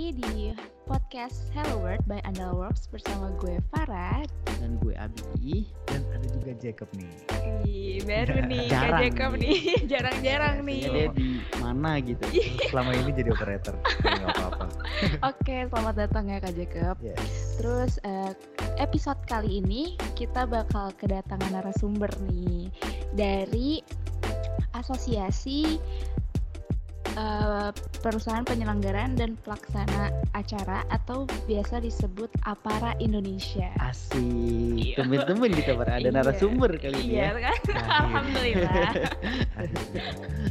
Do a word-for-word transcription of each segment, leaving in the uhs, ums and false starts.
lagi di podcast Hello World by Andalworks bersama gue Farah dan gue Abi dan ada juga Jacob nih. Ih, baru nih Kak Jarang Jacob nih. nih, jarang-jarang nih. Biasanya dia di mana gitu. Selama ini jadi operator, tapi nggak apa-apa. Oke, selamat datang ya Kak Jacob. Yes. Terus eh, episode kali ini kita bakal kedatangan narasumber nih dari Asosiasi eh, Perusahaan Penyelenggaraan dan Pelaksana Acara atau biasa disebut APARA Indonesia. Asik. Temen-temen kita pada ada Iya. narasumber kali ini Iya ya. kan? Akhirnya. Alhamdulillah. Akhirnya.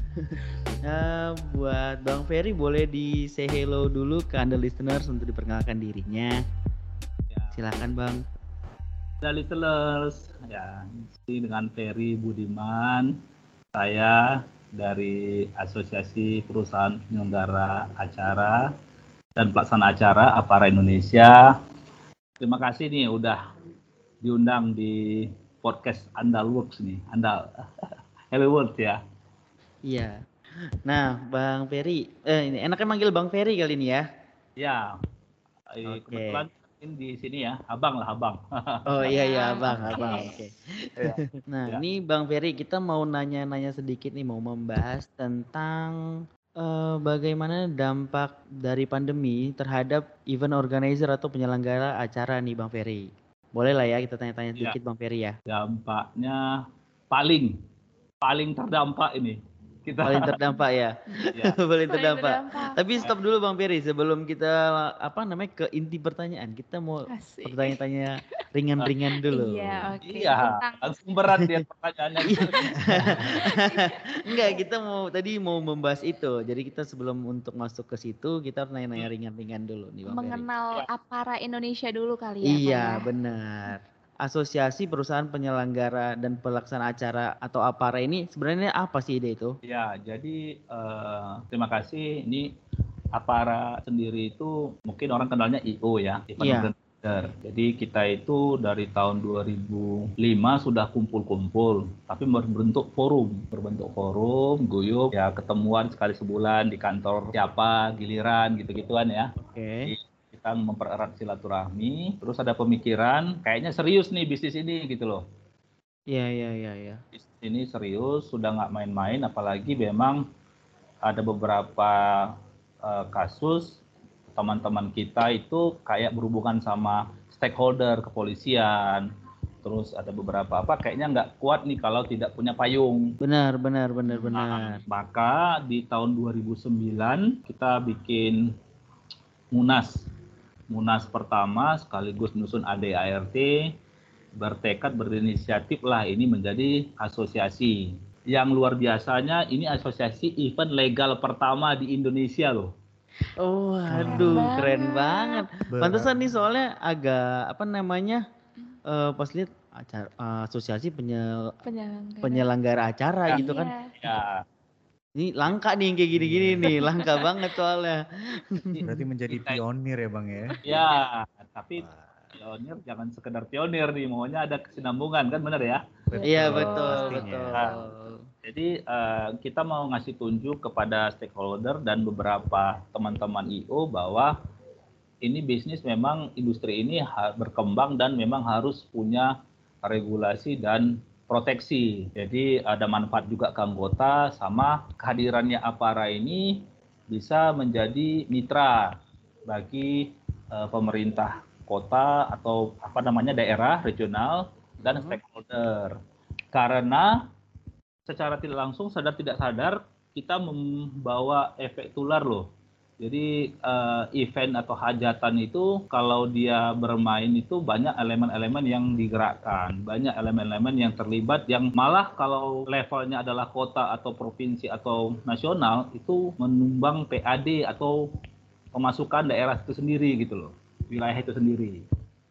Nah, buat Bang Ferry boleh di say hello dulu ke Anda listeners untuk diperkenalkan dirinya. Ya. Silakan Bang. Ada listeners, ya, ini dengan Ferry Budiman, saya dari Asosiasi Perusahaan Penyelenggara Acara dan Pelaksana Acara APARA Indonesia. Terima kasih nih udah diundang di podcast Andalworks nih, Andal Hello World ya. Iya. Nah, Bang Ferry, eh ini enaknya manggil Bang Ferry kali ini ya. Ya, eh, Oke. kebetulan di sini ya, abang lah abang. Oh iya iya Bang, Bang, oke. Abang. Oke. Ya. Nah, Ya. ini Bang Ferry, kita mau nanya-nanya sedikit nih, mau membahas tentang eh, bagaimana dampak dari pandemi terhadap event organizer atau penyelenggara acara nih Bang Ferry. Boleh lah ya kita tanya-tanya Ya. sedikit Bang Ferry ya. Dampaknya paling paling terdampak ini kita. Paling terdampak ya. Ya. Paling Paling terdampak. terdampak. Tapi stop dulu Bang Ferry, sebelum kita apa namanya ke inti pertanyaan, kita mau Asik. pertanyaan-tanya ringan-ringan dulu. Iya, oke. Iya, Tentang langsung berat dia pertanyaannya. Enggak, kita mau tadi mau membahas itu. Jadi kita sebelum untuk masuk ke situ, kita harus nanya-nanya ringan-ringan dulu nih Bang Ferry. mengenal APARA Indonesia dulu kali ya. Iya, Kak, ya? benar. Asosiasi Perusahaan Penyelenggara dan Pelaksana Acara atau APARA ini sebenarnya apa sih ide itu? Ya, jadi eh, terima kasih. Ini APARA sendiri itu mungkin orang kenalnya I O ya, Event Iya. Organizer. Jadi kita itu dari tahun dua ribu lima sudah kumpul-kumpul, tapi berbentuk forum, berbentuk forum, guyup, ya ketemuan sekali sebulan di kantor siapa, giliran gitu-gituan ya. Oke. Kita mempererat silaturahmi, terus ada pemikiran, kayaknya serius nih bisnis ini gitu loh. Iya, iya, iya, iya. Bisnis ini serius, sudah nggak main-main, apalagi memang ada beberapa eh, kasus teman-teman kita itu kayak berhubungan sama stakeholder, kepolisian, terus ada beberapa apa, kayaknya nggak kuat nih kalau tidak punya payung. Benar, benar, benar, benar. Nah, maka di tahun dua ribu sembilan kita bikin Munas. Munas pertama sekaligus menyusun A D A R T, bertekad berinisiatif lah ini menjadi asosiasi. Yang luar biasanya ini asosiasi event legal pertama di Indonesia loh. Oh, aduh, Keren keren banget. banget. Pantesan nih soalnya agak apa namanya? eh, pas lihat acara eh, asosiasi penye- Penyelenggara. penyelenggara acara Ya. gitu kan. Iya. Ya, Ini langka nih yang kayak gini-gini nih, langka banget soalnya. Berarti menjadi Kita- pionir ya Bang ya. ya, tapi pionir jangan sekedar pionir nih, maunya ada kesinambungan kan, benar ya? Iya Betul. betul, Pastinya. betul. Jadi eh, kita mau ngasih tunjuk kepada stakeholder dan beberapa teman-teman I O bahwa ini bisnis memang industri ini ha- berkembang dan memang harus punya regulasi dan proteksi. Jadi ada manfaat juga ke anggota, sama kehadirannya APARA ini bisa menjadi mitra bagi eh, pemerintah kota atau apa namanya daerah, regional dan Mhm. stakeholder. Karena secara tidak langsung, sadar tidak sadar, kita membawa efek tular loh. Jadi eh, event atau hajatan itu kalau dia bermain itu banyak elemen-elemen yang digerakkan, banyak elemen-elemen yang terlibat, yang malah kalau levelnya adalah kota atau provinsi atau nasional itu menyumbang P A D atau pemasukan daerah itu sendiri gitu loh, wilayah itu sendiri.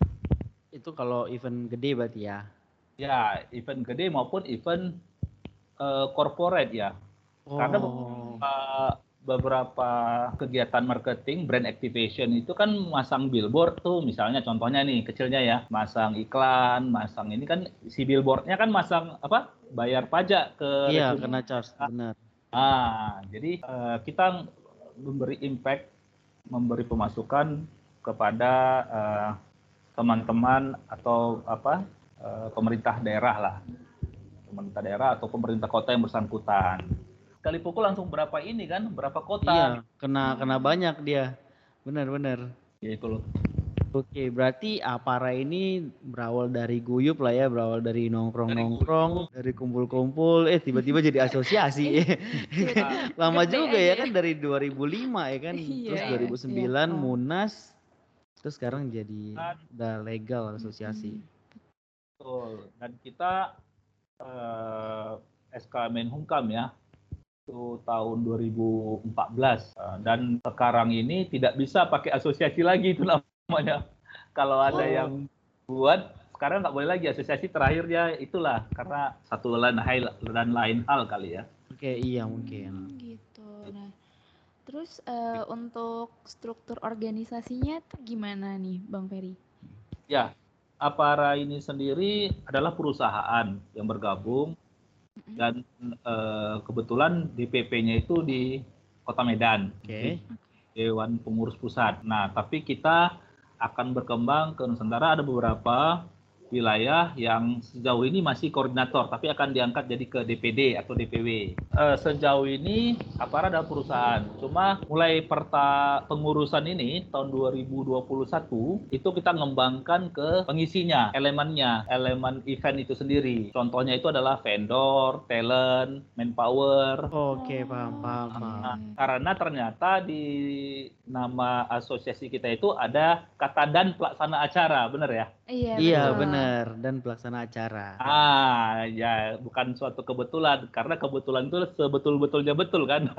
Itu kalau event gede berarti ya. Ya, event gede maupun event eh, corporate ya. Karena Oh. beberapa, beberapa kegiatan marketing, brand activation itu kan masang billboard tuh, misalnya contohnya nih kecilnya ya, masang iklan, masang ini kan si billboardnya kan masang apa? Bayar pajak ke Iya, rekening. kena charge, benar. Ah, jadi eh, kita memberi impact memberi pemasukan kepada uh, teman-teman atau apa uh, pemerintah daerah lah, pemerintah daerah atau pemerintah kota yang bersangkutan. Sekali pukul langsung berapa ini kan, berapa kota? Iya, kena kena banyak dia, benar-benar. Ya itu loh. Oke, berarti Apara ini berawal dari guyup lah ya, berawal dari nongkrong-nongkrong, dari kumpul-kumpul, eh tiba-tiba jadi asosiasi. Lama juga ya kan dari dua ribu lima ya kan, terus Iya, dua ribu sembilan iya. Oh. Munas, terus sekarang jadi udah legal asosiasi. Betul. Dan kita eh, S K Menhumkam ya, itu tahun dua ribu empat belas. Eh, dan sekarang ini tidak bisa pakai asosiasi lagi itu namanya. Kalau ada Oh. yang buat, sekarang nggak boleh lagi. Asosiasi terakhirnya itulah, karena satu lain hal dan lain hal kali ya. Oke, iya mungkin. Hmm, gitu. Nah, terus uh, untuk struktur organisasinya tuh gimana nih, Bang Ferry? Ya, Apara ini sendiri adalah perusahaan yang bergabung mm-hmm. dan eh, kebetulan D P P-nya itu di Kota Medan, okay. di Dewan Pengurus Pusat. Nah, tapi kita akan berkembang ke Nusantara, ada beberapa wilayah yang sejauh ini masih koordinator, tapi akan diangkat jadi ke D P D atau D P W. Eh, sejauh ini Apara adalah perusahaan, cuma mulai perta pengurusan ini tahun dua ribu dua puluh satu itu kita ngembangkan ke pengisinya, elemennya, elemen event itu sendiri. Contohnya itu adalah vendor, talent, manpower. Oke, paham, paham, paham. Nah, karena ternyata di nama asosiasi kita itu ada kata dan pelaksana acara, benar ya? Iya, iya benar, dan pelaksana acara. Ah, ya bukan suatu kebetulan, karena kebetulan itu sebetul-betulnya betul kan.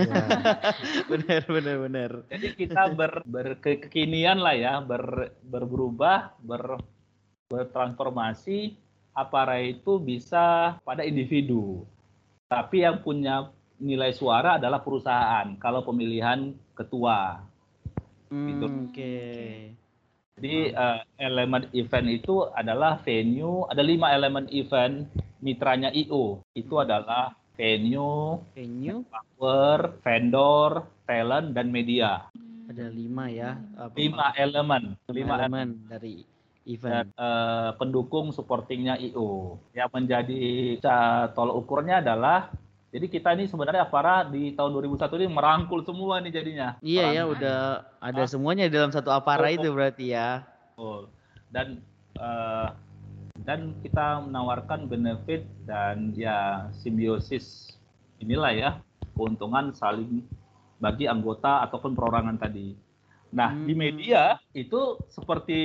benar, benar, benar. Jadi kita ber, berkekinian lah ya, ber, berubah, ber, bertransformasi. Apara itu bisa pada individu, tapi yang punya nilai suara adalah perusahaan. Kalau pemilihan ketua, hmm, gitu. Oke. Okay. Jadi uh, elemen event itu adalah venue, ada lima elemen event mitranya I O. Itu adalah venue, venue, power, vendor, talent, dan media. Ada lima ya. Apa, lima elemen. Lima elemen dari event. Dan uh, pendukung supportingnya I O. Yang menjadi tolak ukurnya adalah, jadi kita ini sebenarnya Apara di tahun dua ribu satu ini merangkul semua nih jadinya. Iya ya, udah ada ah. semuanya dalam satu Apara oh, itu berarti ya. Oh. Dan uh, dan kita menawarkan benefit dan ya simbiosis inilah ya, keuntungan saling bagi anggota ataupun perorangan tadi. Nah, hmm. di media itu seperti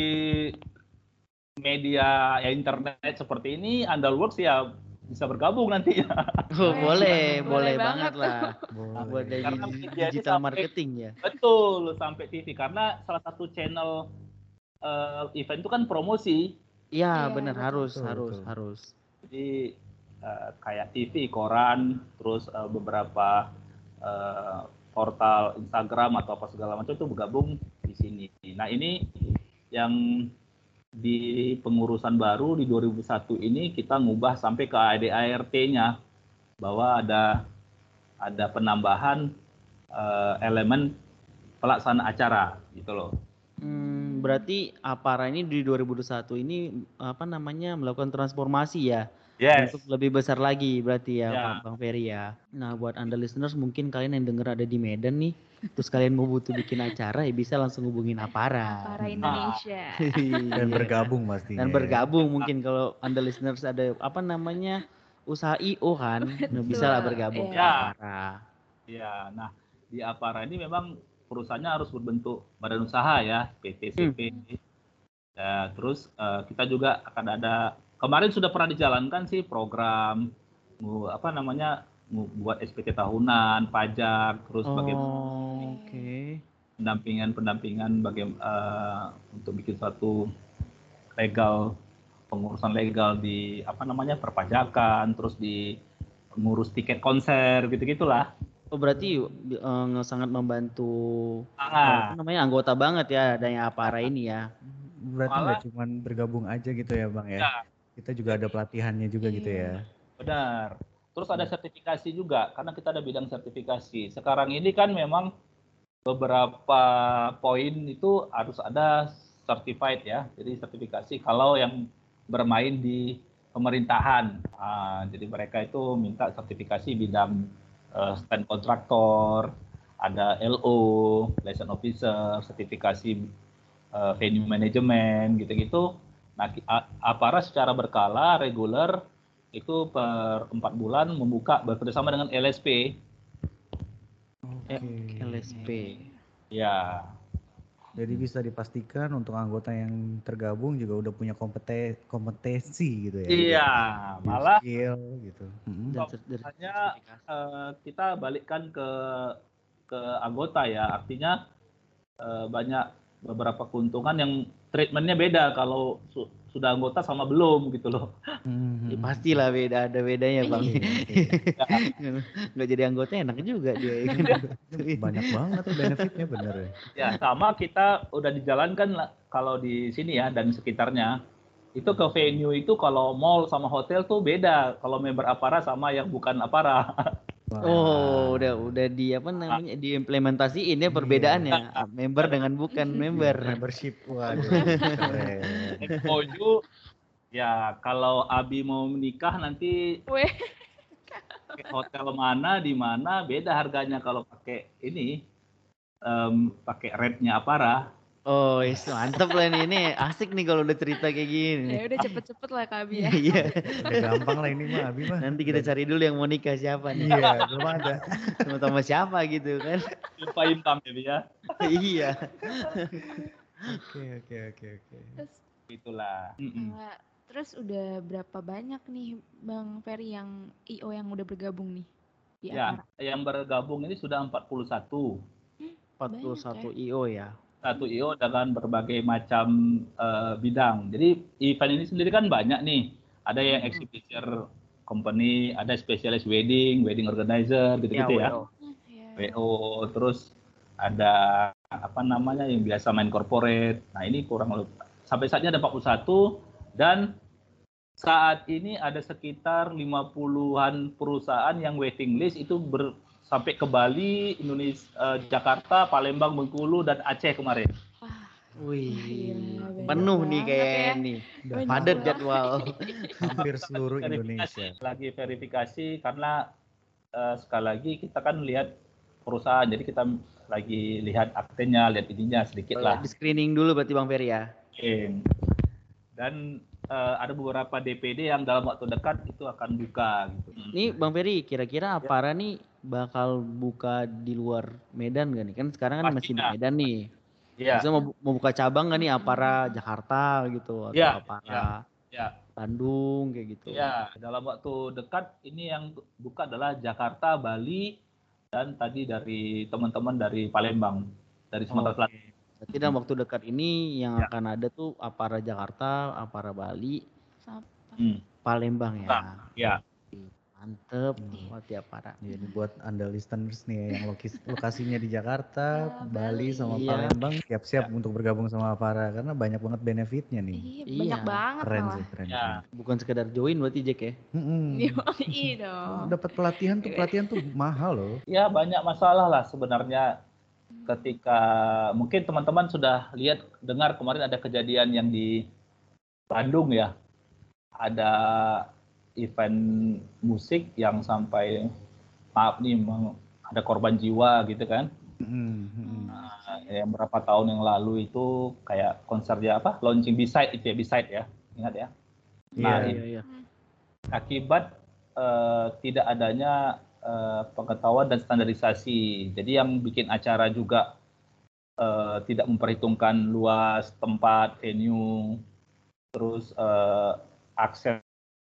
media ya internet seperti ini, Andalworks ya bisa bergabung nanti ya. Oh, boleh, boleh, boleh banget, banget lah. Boleh. Buat dari digital sampai, marketing ya. Betul, sampai T V karena salah satu channel uh, event itu kan promosi. Iya, ya, benar harus, betul, harus, betul. harus. Jadi uh, kayak T V, koran, terus uh, beberapa uh, portal Instagram atau apa segala macam itu bergabung di sini. Nah, ini yang di pengurusan baru di dua ribu satu ini kita ngubah sampai ke A D A R T-nya bahwa ada ada penambahan uh, elemen pelaksana acara gitu loh. Hmm, berarti Apara ini di dua ribu dua puluh satu ini apa namanya melakukan transformasi ya? Yes. Untuk lebih besar lagi berarti ya, ya. Bang Ferry ya. Nah, buat Anda listeners mungkin kalian yang denger ada di Medan nih, terus kalian mau butuh bikin acara ya bisa langsung hubungin Apara. Apara Indonesia. Dan bergabung pastinya. Dan bergabung mungkin kalau Anda listeners ada apa namanya usaha I O kan, nah, bisa lah bergabung ya. ke Apara. Iya, nah di Apara ini memang perusahaannya harus berbentuk badan usaha ya, P T C P. Hmm. Ya, terus uh, kita juga akan ada, kemarin sudah pernah dijalankan sih program apa namanya buat S P T tahunan, pajak, terus oh, bagaimana okay. pendampingan-pendampingan bagaimana uh, untuk bikin suatu legal, pengurusan legal di apa namanya perpajakan, terus di ngurus tiket konser gitu-gitulah. Oh, berarti uh, sangat membantu ah. apa namanya anggota banget ya adanya Apara ini ya. Berarti nggak cuma bergabung aja gitu ya Bang ya? Ya. Kita juga ada pelatihannya juga gitu ya. Benar. Terus ada sertifikasi juga, karena kita ada bidang sertifikasi. Sekarang ini kan memang beberapa poin itu harus ada certified ya. Jadi sertifikasi kalau yang bermain di pemerintahan. Ah, jadi mereka itu minta sertifikasi bidang uh, stand kontraktor, ada L O, license officer, sertifikasi uh, venue management gitu-gitu. Nah, Apara secara berkala reguler itu per empat bulan membuka bekerjasama dengan L S P. Oke. L S P. Ya. Jadi bisa dipastikan untuk anggota yang tergabung juga udah punya kompete kompetensi gitu ya. Iya, malah skill gitu. Mm-hmm. Dan cer- dari hanya sertifikasi. uh, kita balikkan ke ke anggota ya, artinya uh, banyak beberapa keuntungan yang treatmentnya beda kalau su- sudah anggota sama belum gitu loh. Mm-hmm. Ya, pastilah beda, ada bedanya bang. Iya, Nggak jadi anggota enak juga dia. Banyak banget benefitnya bener ya. Ya sama kita udah dijalankan lah kalau di sini ya dan sekitarnya. Itu ke venue itu kalau mall sama hotel tuh beda. Kalau member Apara sama yang bukan Apara. Oh, udah udah di apa namanya diimplementasiin ya perbedaannya member dengan bukan member. Membership, waduh keren. Exposure, ya kalau Abi mau menikah nanti Weh. hotel mana di mana beda harganya kalau pakai ini um, pakai rate-nya Apara. Oh, is mantep lah ini. Ini asik nih kalau udah cerita kayak gini. Ya udah cepet-cepet lah Kak Abi ya. Iya. Udah gampang lah ini mah Abi mah. Nanti kita cari dulu yang mau nikah siapa nih. Iya, belum ada. Sama-sama siapa gitu kan. Lupa impam ya. Iya. Oke, oke, oke, oke. Terus, Itulah. uh, terus udah berapa banyak nih Bang Ferry yang I O yang udah bergabung nih di Ya, Apara? yang bergabung ini sudah empat puluh satu. empat puluh satu I O ya. Satu I O dengan berbagai macam uh, bidang. Jadi event ini sendiri kan banyak nih. Ada yang exhibitor company, ada spesialis wedding, wedding organizer gitu-gitu ya. W O. W O, terus ada apa namanya yang biasa main corporate. Nah, ini kurang lebih sampai saatnya ada empat puluh satu dan saat ini ada sekitar lima puluhan perusahaan yang waiting list itu ber, sampai ke Bali, Indonesia, uh, Jakarta, Palembang, Bengkulu, dan Aceh kemarin. Wah, wih, gila, penuh nih kayaknya ya. nih. Udah padat jadwal. Hampir seluruh Indonesia. Lagi verifikasi karena uh, sekali lagi kita kan lihat perusahaan, jadi kita lagi lihat aktenya, lihat ininya sedikit lah. Di screening dulu berarti Bang Ferry ya. Oke. Dan uh, ada beberapa D P D yang dalam waktu dekat itu akan buka. Gitu. Nih Bang Ferry, kira-kira Apara nih bakal buka di luar Medan gak nih? Kan sekarang kan masih di Medan nih. Iya. Bisa mau, mau buka cabang gak nih Apara Jakarta gitu atau ya, Apara ya, ya. Bandung kayak gitu? Ya, dalam waktu dekat ini yang buka adalah Jakarta, Bali, dan tadi dari teman-teman dari Palembang, dari Sumatera Selatan. Okay. Berarti dalam waktu dekat ini yang ya. akan ada tuh Apara Jakarta, Apara Bali, hmm. Palembang ya. Ya. Mantep, buat ya Apara. Ya, ini buat anda listeners nih yang lokis, lokasinya di Jakarta, ya, Bali, sama iya. Palembang, siap-siap ya. untuk bergabung sama Apara karena banyak banget benefitnya nih. Iya, iya. banyak banget keren malah. sih, keren, Ya. keren. Bukan sekedar join berarti Jack ya? Iya dong. Dapat pelatihan tuh, pelatihan tuh mahal loh. Ya, banyak masalah lah sebenarnya ketika mungkin teman-teman sudah lihat, dengar kemarin ada kejadian yang di Bandung ya. Ada event musik yang sampai maaf nih ada korban jiwa gitu kan. Mm-hmm. Nah, yang berapa tahun yang lalu itu kayak konser dia apa launching B-side itu ya B-side ya, ingat ya. Nah, Iya, iya, iya. akibat uh, tidak adanya uh, pengetahuan dan standarisasi. Jadi yang bikin acara juga uh, tidak memperhitungkan luas tempat, venue, terus uh, akses.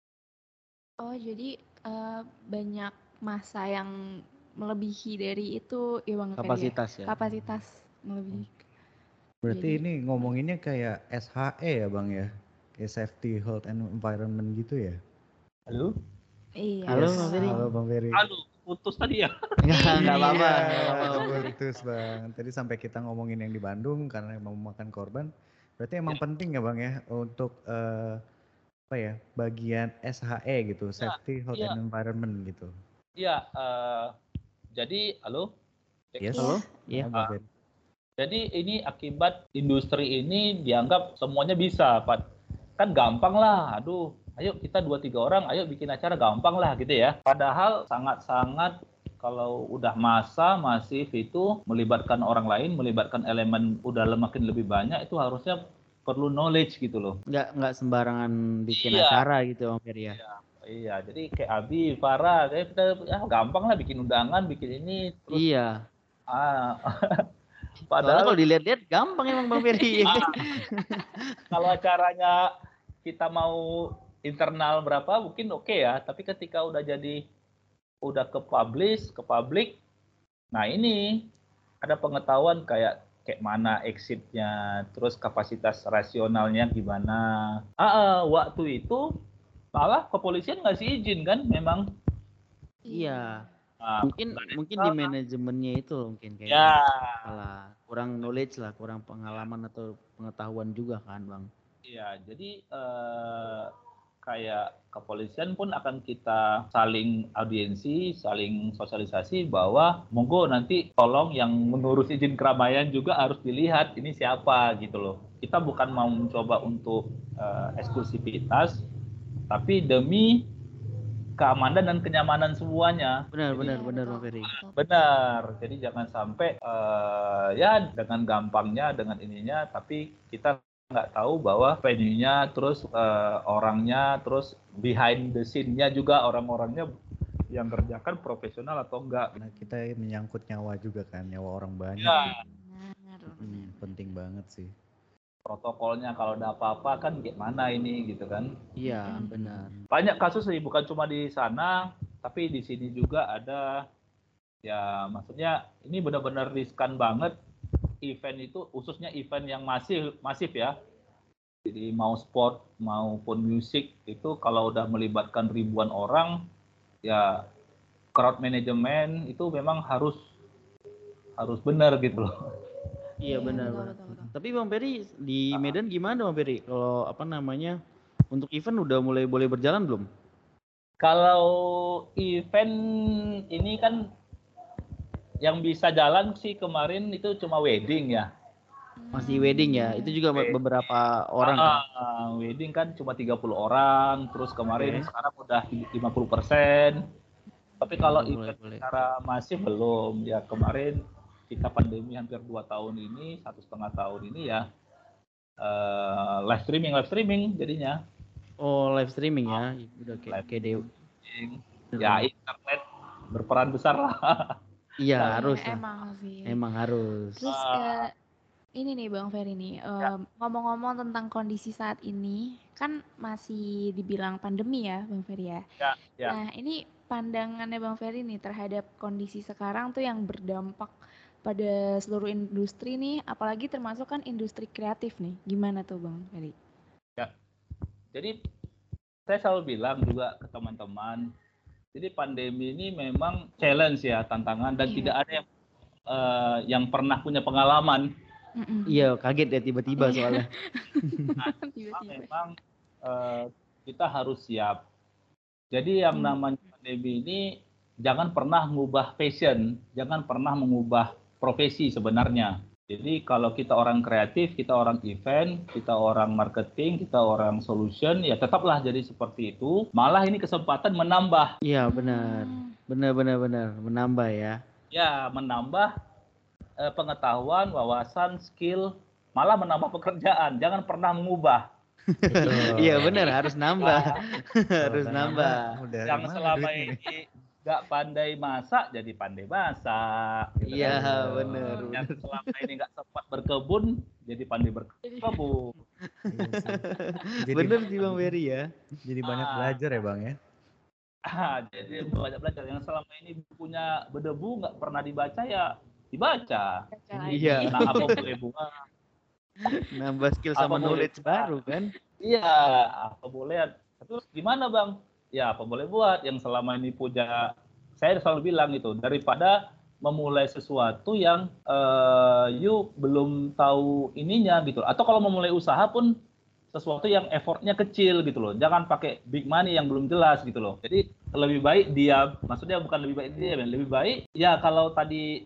Oh, jadi uh, banyak masa yang melebihi dari itu ya Bang Ferry ya? Kapasitas ya. Kapasitas melebihi. Berarti Jadi- ini ngomonginnya kayak S H E ya Bang ya? Kayak Safety, Health, and Environment gitu ya? Halo? Iya. Halo, Yes. Bang Ferry. Halo Bang Ferry. Halo, putus tadi ya? Enggak, enggak apa-apa. Iya, Enggak apa-apa. putus Bang. Tadi sampai kita ngomongin yang di Bandung karena emang memakan korban. Berarti emang Ya. penting ya Bang ya untuk uh, apa ya bagian S H E gitu, Safety, Health, ya. and Environment gitu. Iya, uh, jadi halo? Yes. Halo? Iya. Ya, Bang Ferry. Jadi ini akibat industri ini dianggap semuanya bisa, Pak. Kan gampang lah, aduh, ayo kita dua tiga orang, ayo bikin acara gampang lah gitu ya. Padahal sangat-sangat kalau udah massa masif itu melibatkan orang lain, melibatkan elemen udah makin lebih banyak, itu harusnya perlu knowledge gitu loh. Nggak nggak sembarangan bikin Iya. acara gitu Bang Ferry ya. Iya, iya. Jadi kayak Abi, Farah, kayak kita ya gampang lah bikin undangan, bikin ini, terus Iya. ah, Soalnya padahal kalau dilihat-lihat gampang emang Bang Ferry. ah, kalau acaranya kita mau internal berapa mungkin oke ya, tapi ketika udah jadi udah ke publish, ke publik, nah ini ada pengetahuan kayak kayak mana exitnya, terus kapasitas rasionalnya gimana. Ah, ah, waktu itu malah kepolisian ngasih izin kan, memang. Iya. Nah, Mungkin mungkin di manajemennya itu mungkin ya, kayaknya salah, kurang knowledge lah, kurang pengalaman atau pengetahuan juga kan Bang. iya. Jadi eh, kayak kepolisian pun akan kita saling audiensi, saling sosialisasi bahwa monggo nanti tolong yang mengurus izin keramaian juga harus dilihat ini siapa gitu loh. Kita bukan mau mencoba untuk eh, eksklusivitas, tapi demi keamanan dan kenyamanan semuanya. Benar Jadi, benar benar Bang Ferry. benar. Jadi jangan sampai eh, ya dengan gampangnya, dengan ininya, tapi kita nggak tahu bahwa venue-nya, terus eh, orangnya, terus behind the scene-nya juga orang-orangnya yang kerjakan profesional atau enggak. Nah, kita menyangkut nyawa juga kan, nyawa orang banyak. Ya, Benar, Hmm, benar. penting banget sih. protokolnya kalau ada apa-apa kan gimana ini gitu kan. Iya, Mm-mm. benar. Banyak kasus sih, bukan cuma di sana, tapi di sini juga ada. Ya, maksudnya ini benar-benar riskan banget. Event itu, khususnya event yang masif, masif ya. Jadi mau sport maupun musik itu kalau udah melibatkan ribuan orang, ya crowd management itu memang harus harus benar gitu loh. Iya benar betul, benar. betul, betul. Tapi Bang Ferry di Medan gimana Bang Ferry? Kalau apa namanya untuk event udah mulai boleh berjalan belum? Kalau event ini kan yang bisa jalan sih kemarin itu cuma wedding ya. Masih wedding ya? Itu juga be- beberapa orang kan? Ah, wedding kan cuma tiga puluh orang, terus kemarin Oke. sekarang udah lima puluh persen. Tapi kalau Boleh, event boleh. secara masif belum. Ya kemarin kita pandemi hampir dua tahun ini, satu setengah tahun ini ya eh, live streaming, live streaming jadinya. Oh live streaming ya? Udah kayak Live kayak Dew. Ya internet berperan besar lah. Iya Iya, harus lah. emang sih. Emang harus. Terus Ah. eh, ini nih Bang Ferry nih, Ya. em, ngomong-ngomong tentang kondisi saat ini, kan masih dibilang pandemi ya Bang Ferry ya. Ya, ya. Nah ini pandangannya Bang Ferry nih terhadap kondisi sekarang tuh yang berdampak pada seluruh industri nih, apalagi termasuk kan industri kreatif nih. Gimana tuh Bang Ferry? Jadi saya selalu bilang juga ke teman-teman, jadi pandemi ini memang challenge ya, tantangan, dan Iya. tidak ada yang eh, yang pernah punya pengalaman. Mm-mm. Iya kaget ya tiba-tiba soalnya. Tiba-tiba. Memang eh, kita harus siap. Jadi yang Hmm. namanya pandemi ini jangan pernah mengubah passion, jangan pernah mengubah profesi sebenarnya. Jadi kalau kita orang kreatif, kita orang event, kita orang marketing, kita orang solution, ya tetaplah jadi seperti itu. Malah ini kesempatan menambah. Iya benar. Hmm. Benar benar benar menambah ya. Ya, menambah eh, pengetahuan, wawasan, skill, malah menambah pekerjaan. Jangan pernah mengubah. Betul. Iya benar harus nambah. harus Kalau nambah. Udah Yang gimana selama duitnya nih? ini nggak pandai masak, jadi pandai masak. gitu Iya kan. benar Yang benar. selama ini nggak sempat berkebun, jadi pandai berkebun. Iya sih. Jadi, Bener sih Bang Ferry ya. jadi banyak Ah. belajar ya Bang ya. Ah, jadi banyak belajar. Yang selama ini bukunya berdebu nggak pernah dibaca, ya dibaca. Baca lagi. Iya. Nah, apa boleh buat? Nambah skill Apa sama boleh knowledge buat? baru kan. Iya, apa boleh. Terus gimana Bang? Ya apa boleh buat, yang selama ini punya, saya selalu bilang itu, daripada memulai sesuatu yang eh, you belum tahu ininya gitu. Atau kalau memulai usaha pun sesuatu yang effortnya kecil gitu loh. Jangan pakai big money yang belum jelas gitu loh. Jadi lebih baik diam, maksudnya bukan lebih baik diam, lebih baik ya kalau tadi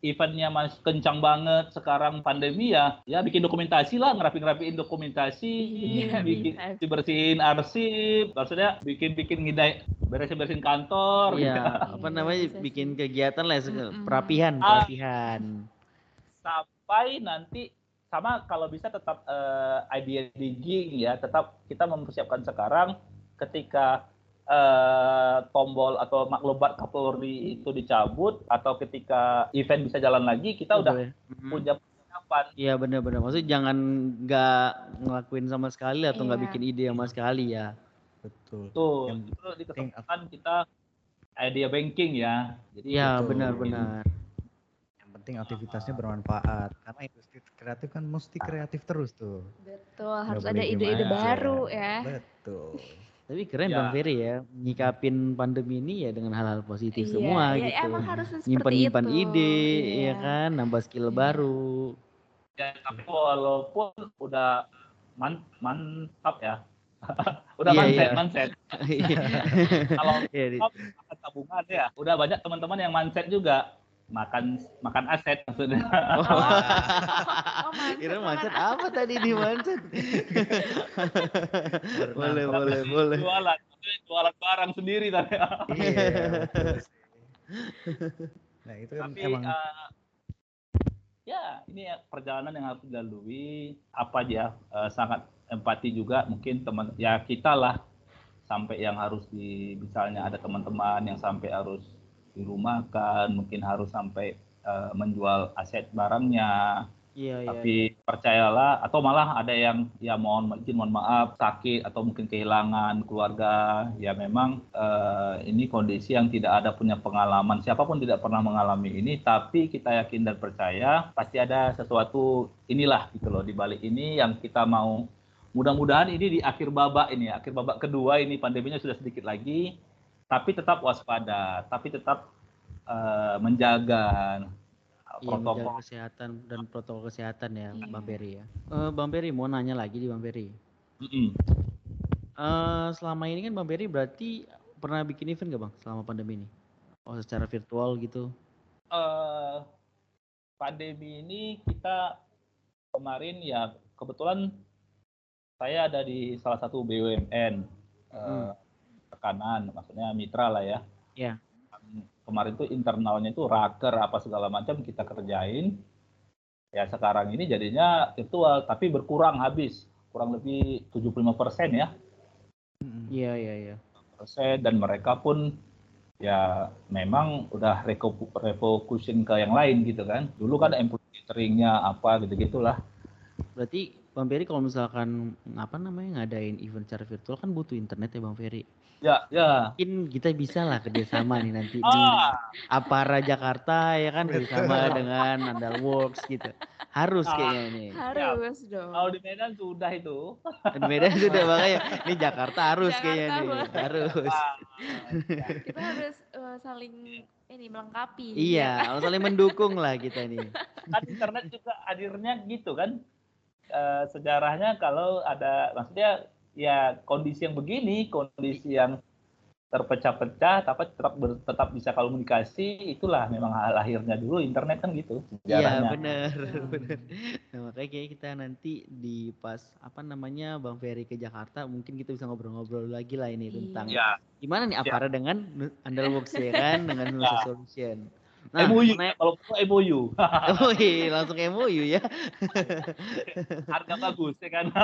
eventnya mas kencang banget sekarang pandemi ya, ya bikin dokumentasi lah, ngerapi-ngerapiin dokumentasi, Iya, bikin bisa. bersihin arsip, maksudnya bikin-bikin ngidai, beresin-beresin kantor, gitu. Iya, apa Iya, namanya bisa bikin sih. kegiatan lah, se- Mm-mm. perapihan, Ah, perapihan. sampai nanti sama kalau bisa tetap eh, idea digging ya, tetap kita mempersiapkan sekarang ketika eh, tombol atau maklumat Kapolri itu dicabut atau ketika event bisa jalan lagi, kita Iya, udah boleh. Mhm. punya persiapan. Iya benar-benar. Maksudnya jangan nggak ngelakuin sama sekali atau nggak Iya. bikin ide sama sekali ya. Betul. Tuh, Yang itu di penting kesempatan kita idea banking ya. Jadi Iya Betul. benar-benar. yang penting aktivitasnya bermanfaat. Karena industri kreatif kan mesti kreatif terus tuh. Betul, Nggak harus boleh ada diem ide-ide aja. baru ya. Betul. Tapi keren Ya. Bang Ferry ya, nyikapin pandemi ini ya dengan hal-hal positif Iya, semua ya, gitu. emang harusnya seperti Nyimpan-nyimpan itu. ide, Iya. ya kan, nambah skill Iya. baru. ya, tapi walaupun udah man- mantap ya. Udah Iya, mindset, iya. mindset. Iya. Kalau Iya, di- top, makan tabungan ya, udah banyak teman-teman yang mindset juga makan makan aset maksudnya. Oh, Oh, mindset kira makan mindset apa tadi di mindset? boleh, Bernafas. boleh, boleh. Jualan, maksudnya jualan barang sendiri tapi. Iya, betul sih. Nah, itu kan Tapi emang eh, ya ini ya perjalanan yang harus dilalui. Apa aja eh, sangat empati juga mungkin teman ya kita lah sampai yang harus di misalnya ada teman-teman yang sampai harus dirumahkan, mungkin harus sampai eh, menjual aset barangnya. Iya, iya. Tapi percayalah, atau malah ada yang ya mohon izin mohon maaf sakit atau mungkin kehilangan keluarga, ya memang eh, ini kondisi yang tidak ada punya pengalaman, siapapun tidak pernah mengalami ini, tapi kita yakin dan percaya pasti ada sesuatu inilah gitu loh di balik ini yang kita mau. Mudah-mudahan ini di akhir babak ini, akhir babak kedua ini pandeminya sudah sedikit lagi, tapi tetap waspada, tapi tetap eh, menjaga Iya, protokol. menjaga kesehatan dan protokol kesehatan ya, Bang Ferry ya. Eh, Bang Ferry mau nanya lagi di Bang Ferry. Mm-mm. Eh, selama ini kan Bang Ferry berarti pernah bikin event gak Bang selama pandemi ini? Oh, secara virtual gitu. Eh, pandemi ini kita kemarin ya kebetulan saya ada di salah satu B U M N eh, tekanan, maksudnya mitra lah ya. Iya. Kemarin tuh internalnya itu raker apa segala macam kita kerjain. Ya sekarang ini jadinya virtual tapi berkurang habis, kurang lebih tujuh puluh lima persen ya. Iya, iya, iya. Persen dan mereka pun ya memang udah reco- refocusing ke yang lain gitu kan. Dulu kan employee cateringnya apa gitu-gitulah. Berarti Bang Ferry kalau misalkan apa namanya ngadain event secara virtual kan butuh internet ya Bang Ferry. Ya, ya. Mungkin kita bisa lah kerjasama nih nanti di Ah, Apara Jakarta ya kan kerjasama dengan Andalworks gitu. Harus kayaknya nih. Harus dong. kalau di Medan sudah itu. Di Medan sudah makanya ini Jakarta harus kayaknya Jakarta nih. banget. Harus. Ah, Kita harus eh, saling ini melengkapi. Iya, harus saling mendukung lah kita nih. kan internet juga hadirnya gitu kan. Eh, sejarahnya kalau ada maksudnya ya kondisi yang begini, kondisi yang terpecah-pecah tapi tetap ber- tetap bisa komunikasi, itulah memang lahirnya dulu internet kan gitu Iya sejarahnya. benar, benar. Nah, makanya kayak kita nanti di pas apa namanya Bang Ferry ke Jakarta mungkin kita bisa ngobrol-ngobrol lagi lah ini Iya. tentang Ya, gimana nih Ya. Apara dengan Andalworks ya kan dengan Nusa Ya. Solution. Nah, M O U mau nanya- kalau perlu M O U. oh iya, langsung M O U ya. Harga bagus ya kan.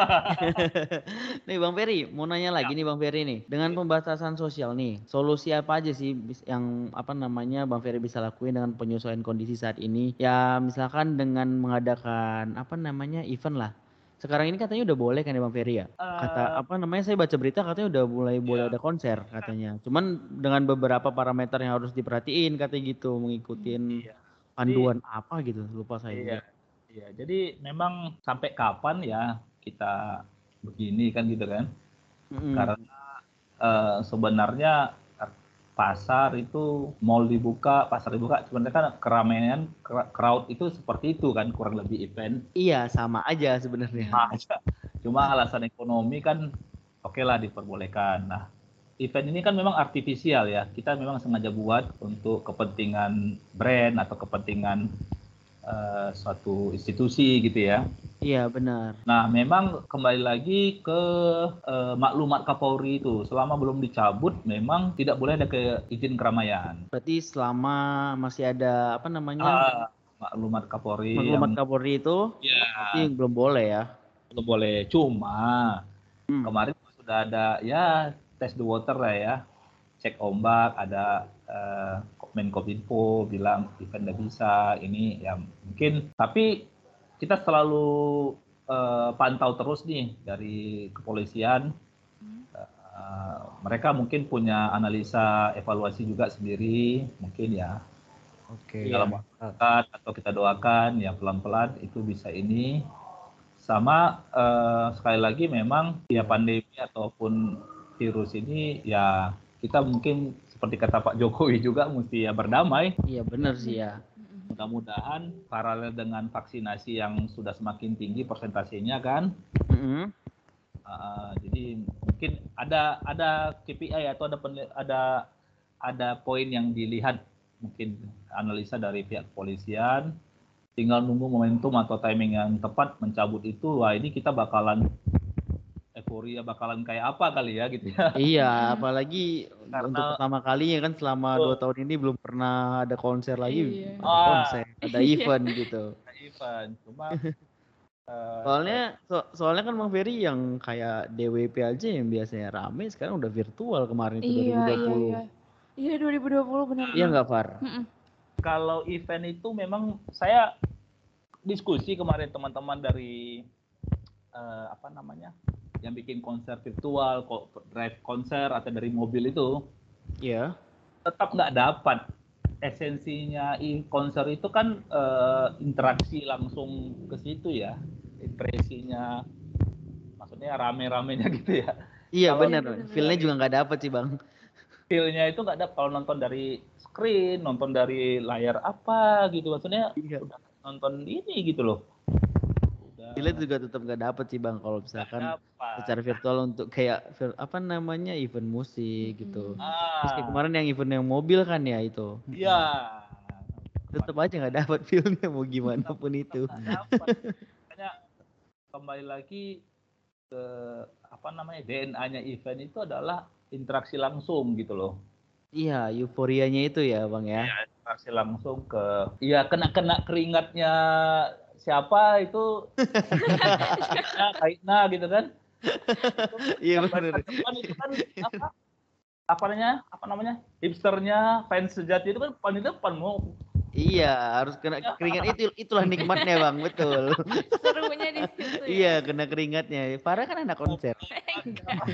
Nih Bang Ferry, mau nanya lagi nih Bang Ferry nih. Dengan pembatasan sosial nih, solusi apa aja sih bis- yang apa namanya Bang Ferry bisa lakuin dengan penyesuaian kondisi saat ini? Ya misalkan dengan mengadakan apa namanya event lah. Sekarang ini katanya udah boleh kan ya Bang Ferry ya? Kata apa namanya saya baca berita katanya udah mulai boleh ada konser katanya. Cuman dengan beberapa parameter yang harus diperhatiin katanya gitu, mengikutin Iya. panduan apa gitu, lupa saya Iya. juga. Iya, jadi memang sampai kapan ya kita begini kan gitu kan? Mm-mm. Karena eh, sebenarnya pasar itu mall dibuka, pasar dibuka, sebenarnya kan keramaian kra- crowd itu seperti itu kan kurang lebih event. Iya sama aja sebenarnya. Nah, cuma alasan ekonomi kan oke lah diperbolehkan. Nah, event ini kan memang artifisial ya. Kita memang sengaja buat untuk kepentingan brand atau kepentingan uh, suatu institusi gitu ya. Iya benar. Nah, memang kembali lagi ke uh, maklumat Kapolri itu, selama belum dicabut, memang tidak boleh ada ke izin keramaian. Berarti selama masih ada apa namanya Ah, maklumat Kapolri maklumat yang Kapolri itu, ya berarti belum boleh ya. belum boleh. Cuma Hmm. kemarin sudah ada ya test the water lah ya, cek ombak, ada uh, Menkominfo bilang event nggak bisa, ini ya mungkin, tapi kita selalu uh, pantau terus nih dari kepolisian. Uh, mereka mungkin punya analisa evaluasi juga sendiri, mungkin ya. Oke. Dalam waktu dekat atau kita doakan ya pelan-pelan itu bisa ini. Sama uh, sekali lagi memang ya pandemi ataupun virus ini ya kita mungkin seperti kata Pak Jokowi juga mesti ya berdamai. Iya benar sih ya. Mudah-mudahan paralel dengan vaksinasi yang sudah semakin tinggi persentasenya kan. Mm-hmm. Uh, jadi mungkin ada ada K P I atau ada ada ada poin yang dilihat, mungkin analisa dari pihak kepolisian, tinggal nunggu momentum atau timing yang tepat mencabut itu. Wah, ini kita bakalan euforia, bakalan kayak apa kali ya gitu ya. Iya, apalagi Karena, untuk pertama kalinya kan selama oh, dua tahun ini belum pernah ada konser lagi, Iya. ada Ah. konser, ada event gitu. Ada event, cuma uh, Soalnya so- soalnya kan Bang Ferry yang kayak D W P aja yang biasanya rame sekarang udah virtual kemarin itu Iya, dua ribu dua iya, puluh. iya. Iya dua ribu dua puluh benar. Iya nggak Far? Mm-mm. kalau event itu memang saya diskusi kemarin teman-teman dari uh, apa namanya yang bikin konser virtual, drive konser atau dari mobil itu, Iya. tetap nggak dapat esensinya. Konser itu kan uh, interaksi langsung ke situ ya, impresinya, maksudnya rame-ramenya gitu ya. Iya Kalau benar, feel-nya juga nggak dapet sih Bang. feel-nya itu nggak ada kalau nonton dari screen, nonton dari layar apa gitu, maksudnya Iya. udah nonton ini gitu loh. Udah Feel-nya juga tetap nggak dapet sih Bang kalau misalkan dapat. secara virtual untuk kayak vir- apa namanya event musik gitu. Ah, Terus kayak kemarin yang event yang mobil kan ya itu. iya. Tetap aja nggak dapat feel-nya mau gimana Tetap- pun itu. tetap nggak dapat. Makanya kembali lagi ke apa namanya D N A-nya event itu adalah interaksi langsung gitu loh. Iya, euforianya itu ya Bang ya. Iya, interaksi langsung ke, iya kena-kena keringatnya siapa itu, nah, Kaitna gitu kan. Iya Yang benar. paling depan itu kan apa? Apa namanya? Apa namanya? Hipsternya, fans sejati itu kan paling depan mau. Iya, harus kena keringat itu itulah nikmatnya Bang, betul. Serunya di situ ya. Iya, kena keringatnya. Farah kan anak konser. Enggak.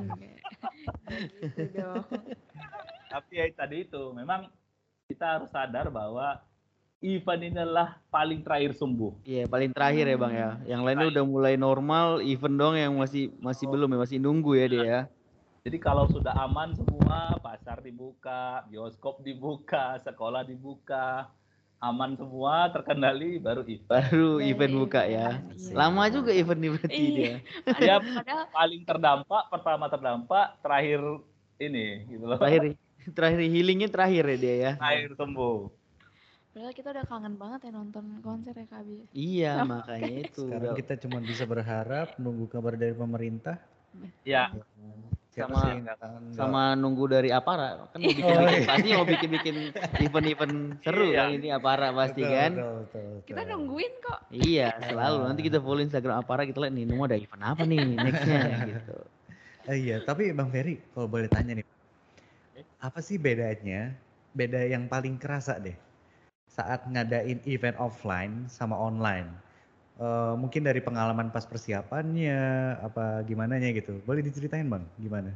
Gitu dong. Tapi ya tadi itu memang kita harus sadar bahwa event ini adalah paling terakhir sembuh. Iya, paling terakhir ya Bang ya. Yang lainnya udah mulai normal, event doang yang masih masih belum ya, masih nunggu ya dia ya. Jadi kalau sudah aman semua, pasar dibuka, bioskop dibuka, sekolah dibuka, aman semua, terkendali, baru event. Baru Baru event buka ya. event, iya. Lama juga event nih berarti Iya. dia. Dia Padahal paling terdampak, pertama terdampak, terakhir ini gitu loh. Terakhir terakhir healingnya terakhir ya dia ya. Terakhir sembuh. padahal kita udah kangen banget ya nonton konser ya Kak Abi. Iya, Sama makanya itu. Sekarang udah- kita cuma bisa berharap nunggu kabar dari pemerintah. Ya, Siapa Sama- sih yang nggak kangen? sama nunggu dari Apara kan mau bikin, Oh, bikin iya. pasti mau bikin bikin event-event seru Iya. kan ini Apara pasti Betul, kan. betul, betul, Kita betul. nungguin kok. Iya, selalu. Nanti kita follow Instagram Apara, kita lihat nih, mau ada event apa nih nextnya gitu. Eh, iya, tapi Bang Ferry, kalau boleh tanya nih, apa sih bedanya, beda yang paling kerasa deh saat ngadain event offline sama online? Eh, mungkin dari pengalaman pas persiapannya, apa gimana nya gitu. Boleh diceritain Bang, gimana?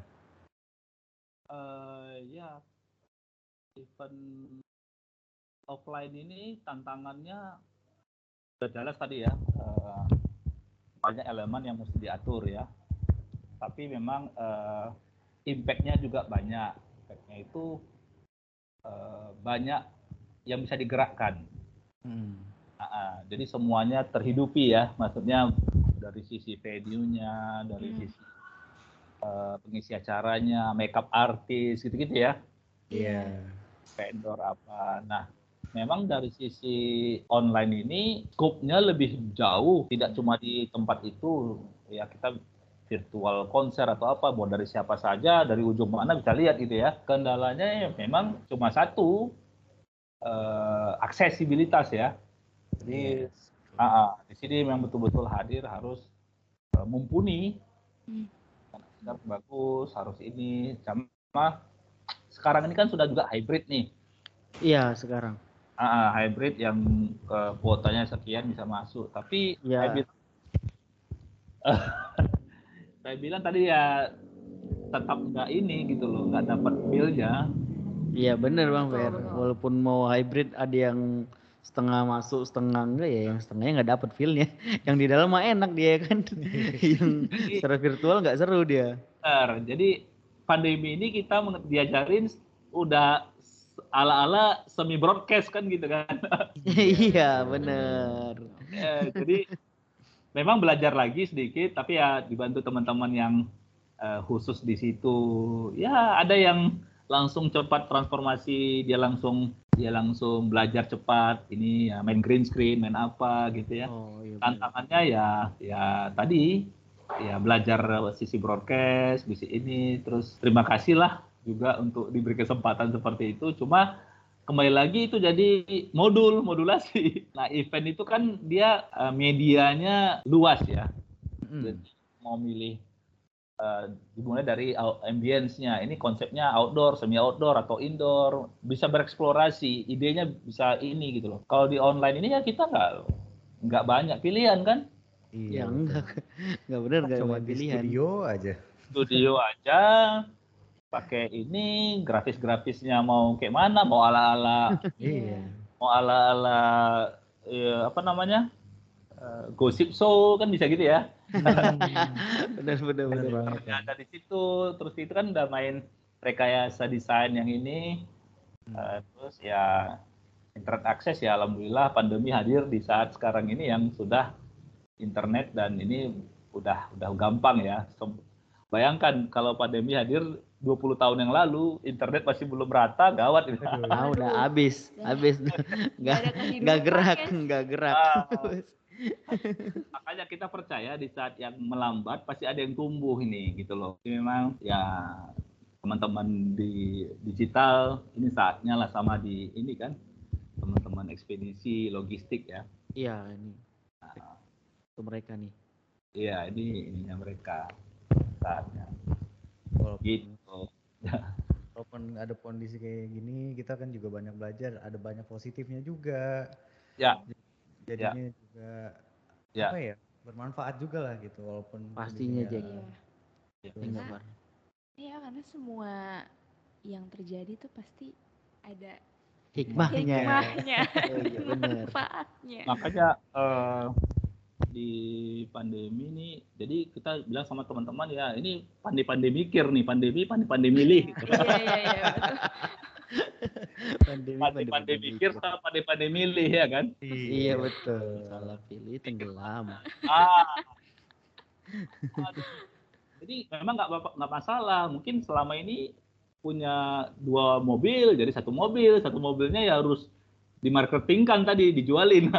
eh, ya event offline ini tantangannya sudah jelas tadi ya, eh, banyak elemen yang mesti diatur ya. Tapi memang eh, impact-nya juga banyak. Impact-nya itu eh, banyak yang bisa digerakkan. Hmm. Nah, jadi semuanya terhidupi ya, maksudnya dari sisi venue-nya, dari Hmm. sisi uh, pengisi acaranya, makeup artis gitu-gitu ya, Iya. vendor apa. Nah, memang dari sisi online ini scope-nya lebih jauh, tidak cuma di tempat itu. Ya kita virtual konser atau apa, mau dari siapa saja, dari ujung mana bisa lihat gitu ya. Kendalanya ya memang cuma satu, eh, aksesibilitas ya. Jadi Yes. ah, ah, di sini memang betul-betul hadir harus eh, mumpuni, Hmm. harus bagus, harus ini. Sama sekarang ini kan sudah juga hybrid nih. Iya sekarang. Ah, ah, hybrid yang eh, kuotanya sekian bisa masuk. Tapi saya Ya. bilang, saya bilang tadi ya tetap nggak ini gitu loh, nggak dapat feel-nya. Iya bener Bang Betul, Fer. betul. Walaupun mau hybrid ada yang setengah masuk setengah enggak ya, yang setengahnya nggak dapet feel-nya. Yang di dalam mah enak dia kan. Yang Jadi, secara virtual nggak seru dia. benar. Jadi pandemi ini kita meng- diajarin udah ala-ala semi broadcast kan gitu kan. Iya betul. bener. Eh, jadi memang belajar lagi sedikit, tapi ya dibantu teman-teman yang eh, khusus di situ. Ya ada yang langsung cepat transformasi, dia langsung dia langsung belajar cepat. Ini ya main green screen, main apa gitu ya. Oh iya bener. Tantangannya ya ya tadi ya belajar sisi broadcast, sisi ini, terus terima kasih lah juga untuk diberi kesempatan seperti itu. Cuma kembali lagi itu jadi modul modulasi. Nah event itu kan dia eh, medianya luas ya. Mm. Jadi mau milih eh, dimulai dari au- ambience-nya. Ini konsepnya outdoor, semi outdoor atau indoor, bisa bereksplorasi, idenya bisa ini gitu loh. Kalau di online ini ya kita nggak nggak banyak pilihan kan. Iya Ya betul. enggak. Enggak bener enggak Cuma banyak di pilihan. studio aja. Studio aja pakai ini, grafis-grafisnya mau kayak mana, mau ala-ala Iya. mau ala-ala eh, apa namanya? eh, gosip show kan bisa gitu ya. Bener bener Bener bener. banget kan. Ada di situ, terus itu kan udah main rekayasa desain yang ini. Eh, terus ya internet akses ya alhamdulillah pandemi hadir di saat sekarang ini yang sudah internet dan ini udah udah gampang ya. Sem- Bayangkan kalau pandemi hadir dua puluh tahun yang lalu internet masih belum rata, gawat ini. Aduh. Ah udah Aduh. habis, Udah habis nggak nggak ada nggak gerak, kehidupan, guys. nggak gerak. Ah, makanya kita percaya di saat yang melambat pasti ada yang tumbuh ini gitu loh. Jadi memang ya teman-teman di digital ini saatnya lah sama di ini kan teman-teman ekspedisi logistik ya. Iya ini untuk mereka nih. Iya ini ininya mereka saatnya Walaupun, gitu. walaupun ada kondisi kayak gini, kita kan juga banyak belajar, ada banyak positifnya juga. Ya, Jadinya juga ya. apa ya? Bermanfaat juga lah gitu walaupun Pastinya kondisinya- Jack. Iya. Ya, Betul. enggak, Karena- Bar. Iya, karena semua yang terjadi tuh pasti ada Hikmahnya. hikmahnya Oh iya dan bener. manfaatnya. Makanya eh, di pandemi ini jadi kita bilang sama teman-teman ya ini pandai-pandai mikir nih pandemi pandai-pandai milih. Iya, iya, iya, betul. Pandemi, Pandai-pandai mikir sama pandai-pandai milih ya kan. Iya betul. Salah pilih tenggelam. Ah. Jadi memang nggak bapa- nggak masalah. Mungkin selama ini punya dua mobil, jadi satu mobil, satu mobilnya ya harus dimarketingkan tadi, dijualin.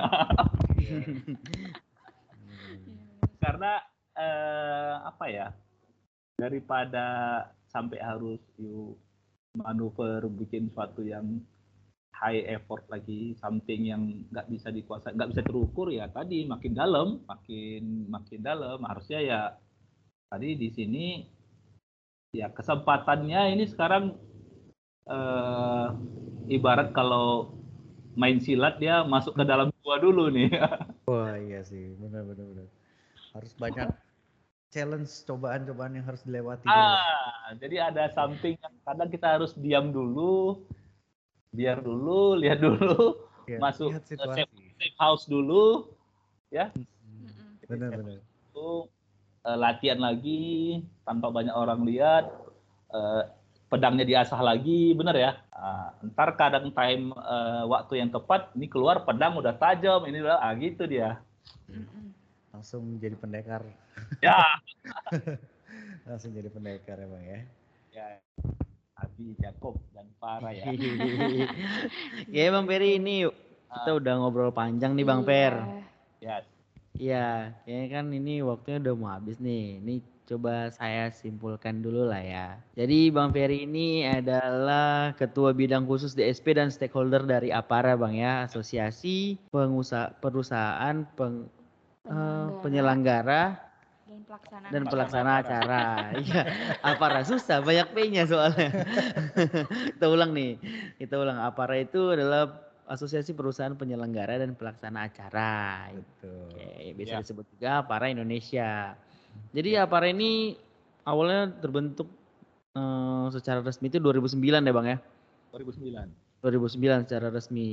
Karena eh, apa ya? Daripada sampai harus you manuver bikin sesuatu yang high effort lagi, something yang nggak bisa dikuasai, nggak bisa terukur ya tadi makin dalam, makin makin dalam. Harusnya ya tadi di sini ya kesempatannya ini sekarang eh, ibarat kalau main silat dia masuk ke dalam gua dulu nih. Wah iya sih, benar-benar benar. Harus banyak challenge, cobaan-cobaan yang harus dilewati dulu. Ah, jadi ada something yang kadang kita harus diam dulu, biar dulu, lihat dulu, Ya, masuk lihat ke situasi. safe, safe house dulu, ya. Mm-mm. Jadi Benar-benar. safe house dulu, eh, latihan lagi tanpa banyak orang lihat, eh, pedangnya diasah lagi, bener ya. Ah, ntar kadang time eh, waktu yang tepat, ini keluar pedang udah tajam, ini udah, ah gitu dia. Mm-mm. Langsung jadi pendekar. Ya, Langsung jadi pendekar emang ya. ya. Abi, Jacob dan Apara ya. Ya Bang Ferry, ini kita udah ngobrol panjang nih Bang Fer. Ya. Iya, kayaknya kan ini waktunya udah mau habis nih. Ini coba saya simpulkan dulu lah ya. Jadi Bang Ferry ini adalah Ketua Bidang Khusus D S P dan Stakeholder dari APARA Bang ya, Asosiasi Pengusaha Perusahaan Peng, eh, Penyelenggara dan pelaksana dan pelaksana acara. Iya, APARA susah, banyak P-nya soalnya. Kita ulang nih. Kita ulang. APARA itu adalah Asosiasi Perusahaan Penyelenggara dan Pelaksana Acara. Betul. Oke, bisa Ya. disebut juga APARA Indonesia. Jadi APARA ini awalnya terbentuk eh, secara resmi itu dua ribu sembilan ya Bang ya? dua ribu sembilan. dua ribu sembilan secara resmi.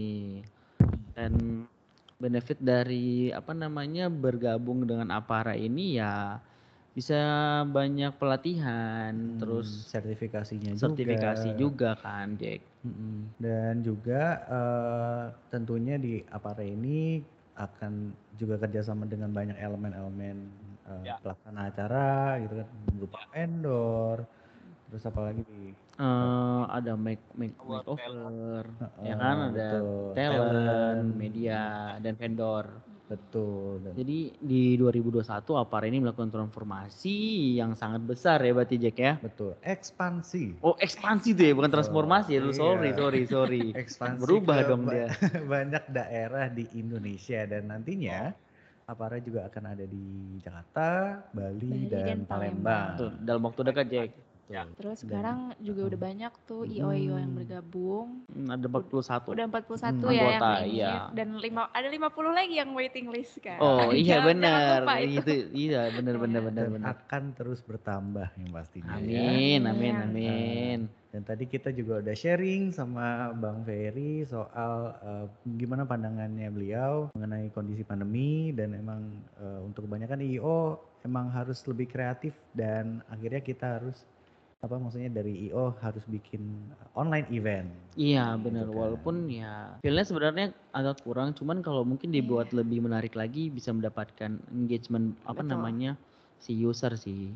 Dan benefit dari apa namanya bergabung dengan APARA ini ya bisa banyak pelatihan, Hmm, terus sertifikasinya sertifikasi juga. juga kan, Jack. Mm-mm. Dan juga eh, tentunya di APARA ini akan juga kerjasama dengan banyak elemen-elemen eh, Ya. pelaksana acara gitu kan, berupa vendor, terus apalagi di Eh, ada make make Award makeover, eh, ya kan, ada betul, talent, talent, media, dan vendor. betul. Dan Jadi di dua ribu dua puluh satu APARA ini melakukan transformasi yang sangat besar ya berarti Jack ya. betul, ekspansi. Oh ekspansi tuh ya, bukan transformasi ya. Oh, Sorry, iya. sorry, sorry. Ekspansi Berubah ke dong ba- dia. banyak daerah di Indonesia dan nantinya APARA juga akan ada di Jakarta, Bali, Bali dan, dan Palembang. Tuh, dalam waktu dekat Jack. Ya. Terus Dan- sekarang juga udah banyak tuh I O I O yang Mm. bergabung. Hmm, Ada empat puluh satu. Udah empat puluh satu Hmm. ya yang Anggota, ini iya. dan lima ada lima puluh lagi yang waiting list kan. Oh iya Jangan- jangan benar. lupa itu. Itu iya benar benar Iya. benar Dan benar. akan terus bertambah yang pastinya ya. Amin, amin, Amin. amin. Dan tadi kita juga udah sharing sama Bang Ferry soal eh, gimana pandangannya beliau mengenai kondisi pandemi dan emang eh, untuk kebanyakan I O emang harus lebih kreatif dan akhirnya kita harus apa maksudnya dari I O harus bikin online event. Iya benar, kan. walaupun ya feelnya sebenarnya agak kurang, cuman kalau mungkin dibuat lebih menarik lagi bisa mendapatkan engagement apa Betul. namanya si user sih.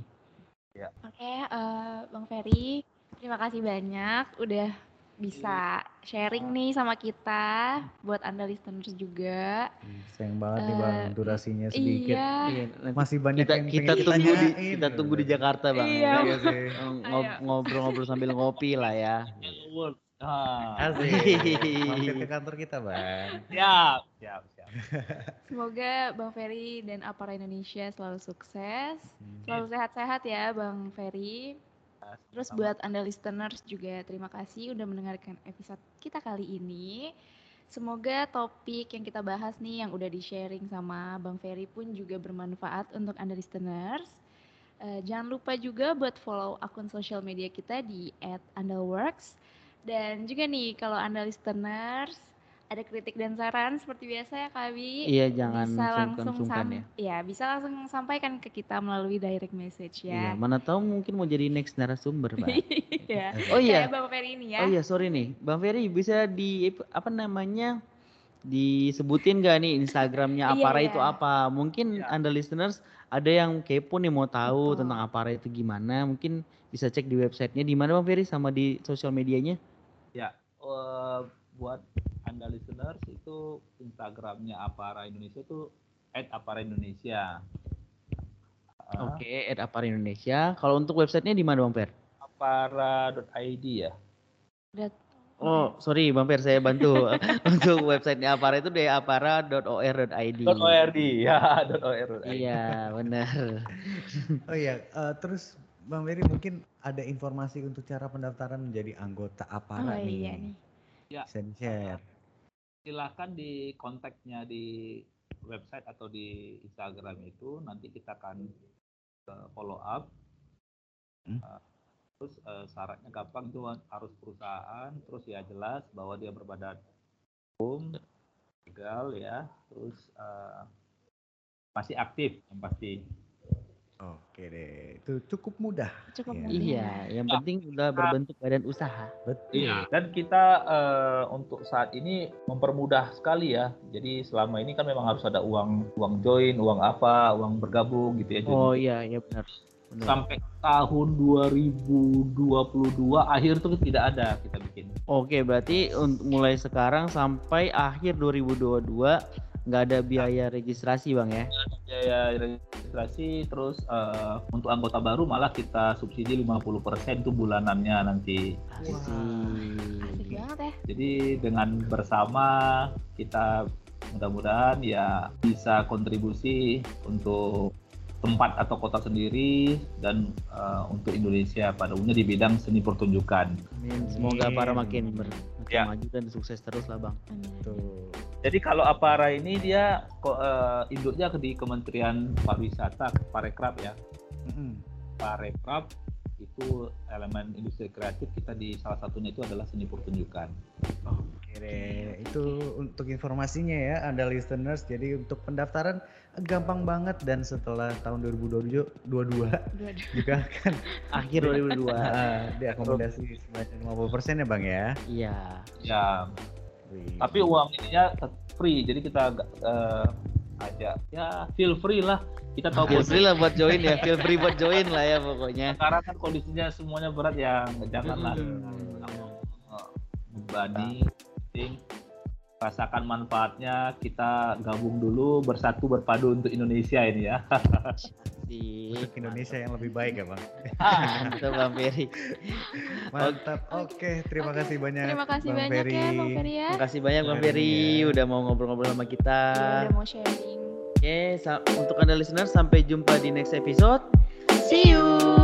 Oke, eh, Bang Ferry, terima kasih banyak udah bisa sharing nih sama kita buat Anda listeners juga. Sayang banget nih Bang, Eh, durasinya sedikit. Iya. Iya, nanti Masih banyak kita yang kita pengen tunggu di ditanyain. kita tunggu di Jakarta bang. Iya. ya kan? Iya sih. Ngob- Ayo. Ngobrol-ngobrol sambil ngopi lah ya. Award. Ah. Asik. Mampir ke kantor kita Bang. Siap, siap, siap. Semoga Bang Ferry dan APARA Indonesia selalu sukses, selalu sehat-sehat ya Bang Ferry. Terus buat Anda listeners juga terima kasih udah mendengarkan episode kita kali ini. Semoga topik yang kita bahas nih yang udah di-sharing sama Bang Ferry pun juga bermanfaat untuk Anda listeners. Eh, jangan lupa juga buat follow akun sosial media kita di at andalworks. Dan juga nih kalau Anda listeners ada kritik dan saran seperti biasa ya Kak Abi. Iya jangan Bisa langsung sungkan-sungkan sam- ya. ya bisa langsung sampaikan ke kita melalui direct message Iya, ya. mana tahu mungkin mau jadi next narasumber bang. ya. Oh iya. Kayak Bang Ferry ini ya. Oh iya sorry nih, Bang Ferry bisa di apa namanya disebutin gak nih Instagramnya Iya, APARA iya. itu apa? Mungkin Iya. Anda listeners ada yang kepo nih mau tahu Betul. tentang APARA itu gimana? Mungkin bisa cek di websitenya di mana Bang Ferry sama di sosial medianya. Ya, eh, buat Anda listeners itu Instagramnya Apara Indonesia itu at Apara Indonesia. Ah, Oke, at APARA Indonesia. Kalau untuk websitenya di mana Bang Fer? apara dot i d ya. Udah. Oh, sorry Bang Fer, saya bantu. Untuk websitenya APARA itu di apara dot o r dot i d. .org ya, .or. Iya, benar. Oh iya, eh, terus Bang Ferry mungkin ada informasi untuk cara pendaftaran menjadi anggota APARA Oh nih. iya nih. Ya, Bisa di-share. silakan di kontaknya di website atau di Instagram itu nanti kita akan eh, follow up. Hmm. Eh, terus eh, syaratnya gampang itu harus perusahaan, terus ya jelas bahwa dia berbadan hukum, legal ya, terus eh, masih aktif yang pasti. Oke deh, itu cukup mudah. Cukup ya. mudah. Iya, yang penting udah berbentuk badan usaha. Betul. Iya, dan kita eh, untuk saat ini mempermudah sekali ya. Jadi selama ini kan memang harus ada uang uang join, uang apa, uang bergabung gitu ya. Jadi Oh iya, iya benar. Benar. Sampai tahun dua ribu dua puluh dua akhir tuh tidak ada kita bikin. Oke, berarti untuk mulai sekarang sampai akhir dua ribu dua puluh dua nggak ada biaya registrasi bang ya? Biaya registrasi, terus uh, untuk anggota baru malah kita subsidi lima puluh persen tuh bulanannya nanti. Asik. Asik banget ya. Jadi dengan bersama kita mudah-mudahan ya bisa kontribusi untuk tempat atau kota sendiri dan uh, untuk Indonesia pada umumnya di bidang seni pertunjukan. Amin. Semoga para makin ber makin Ya. maju dan sukses terus lah bang. Amin. Tuh. Jadi kalau Apara ini dia ko- uh, induknya di Kementerian Pariwisata, Parekraf ya. Mm-mm. Parekraf itu elemen industri kreatif kita di salah satunya itu adalah seni pertunjukan. Oke deh, itu untuk informasinya ya Anda listeners. Jadi untuk pendaftaran gampang banget dan setelah tahun dua ribu dua puluh dua Dua-dua. juga akan Akhir dua ribu dua puluh dua. uh, diakomodasi sebanyak lima puluh persen ya Bang ya. Iya. Ya, Wih. tapi uang ininya tetap free. Jadi kita uh, ajak ya feel free lah. Kita tahu Feel kondisi- free lah buat join ya, feel free buat join lah ya pokoknya. sekarang kan kondisinya semuanya berat ya, janganlah Hmm. uh, membebani, penting rasakan manfaatnya, kita gabung dulu bersatu berpadu untuk Indonesia ini ya. Di Untuk Indonesia yang lebih baik ya Bang. Mantap Bang Ferry. Mantap. Oke, terima kasih banyak. Terima kasih Bang banyak Ferry. ya Bang Ferry ya. Terima kasih banyak Bang Sharing Ferry ya. udah mau ngobrol-ngobrol sama kita. Udah mau sharing. Oke, sa- untuk Anda listener sampai jumpa di next episode. See you.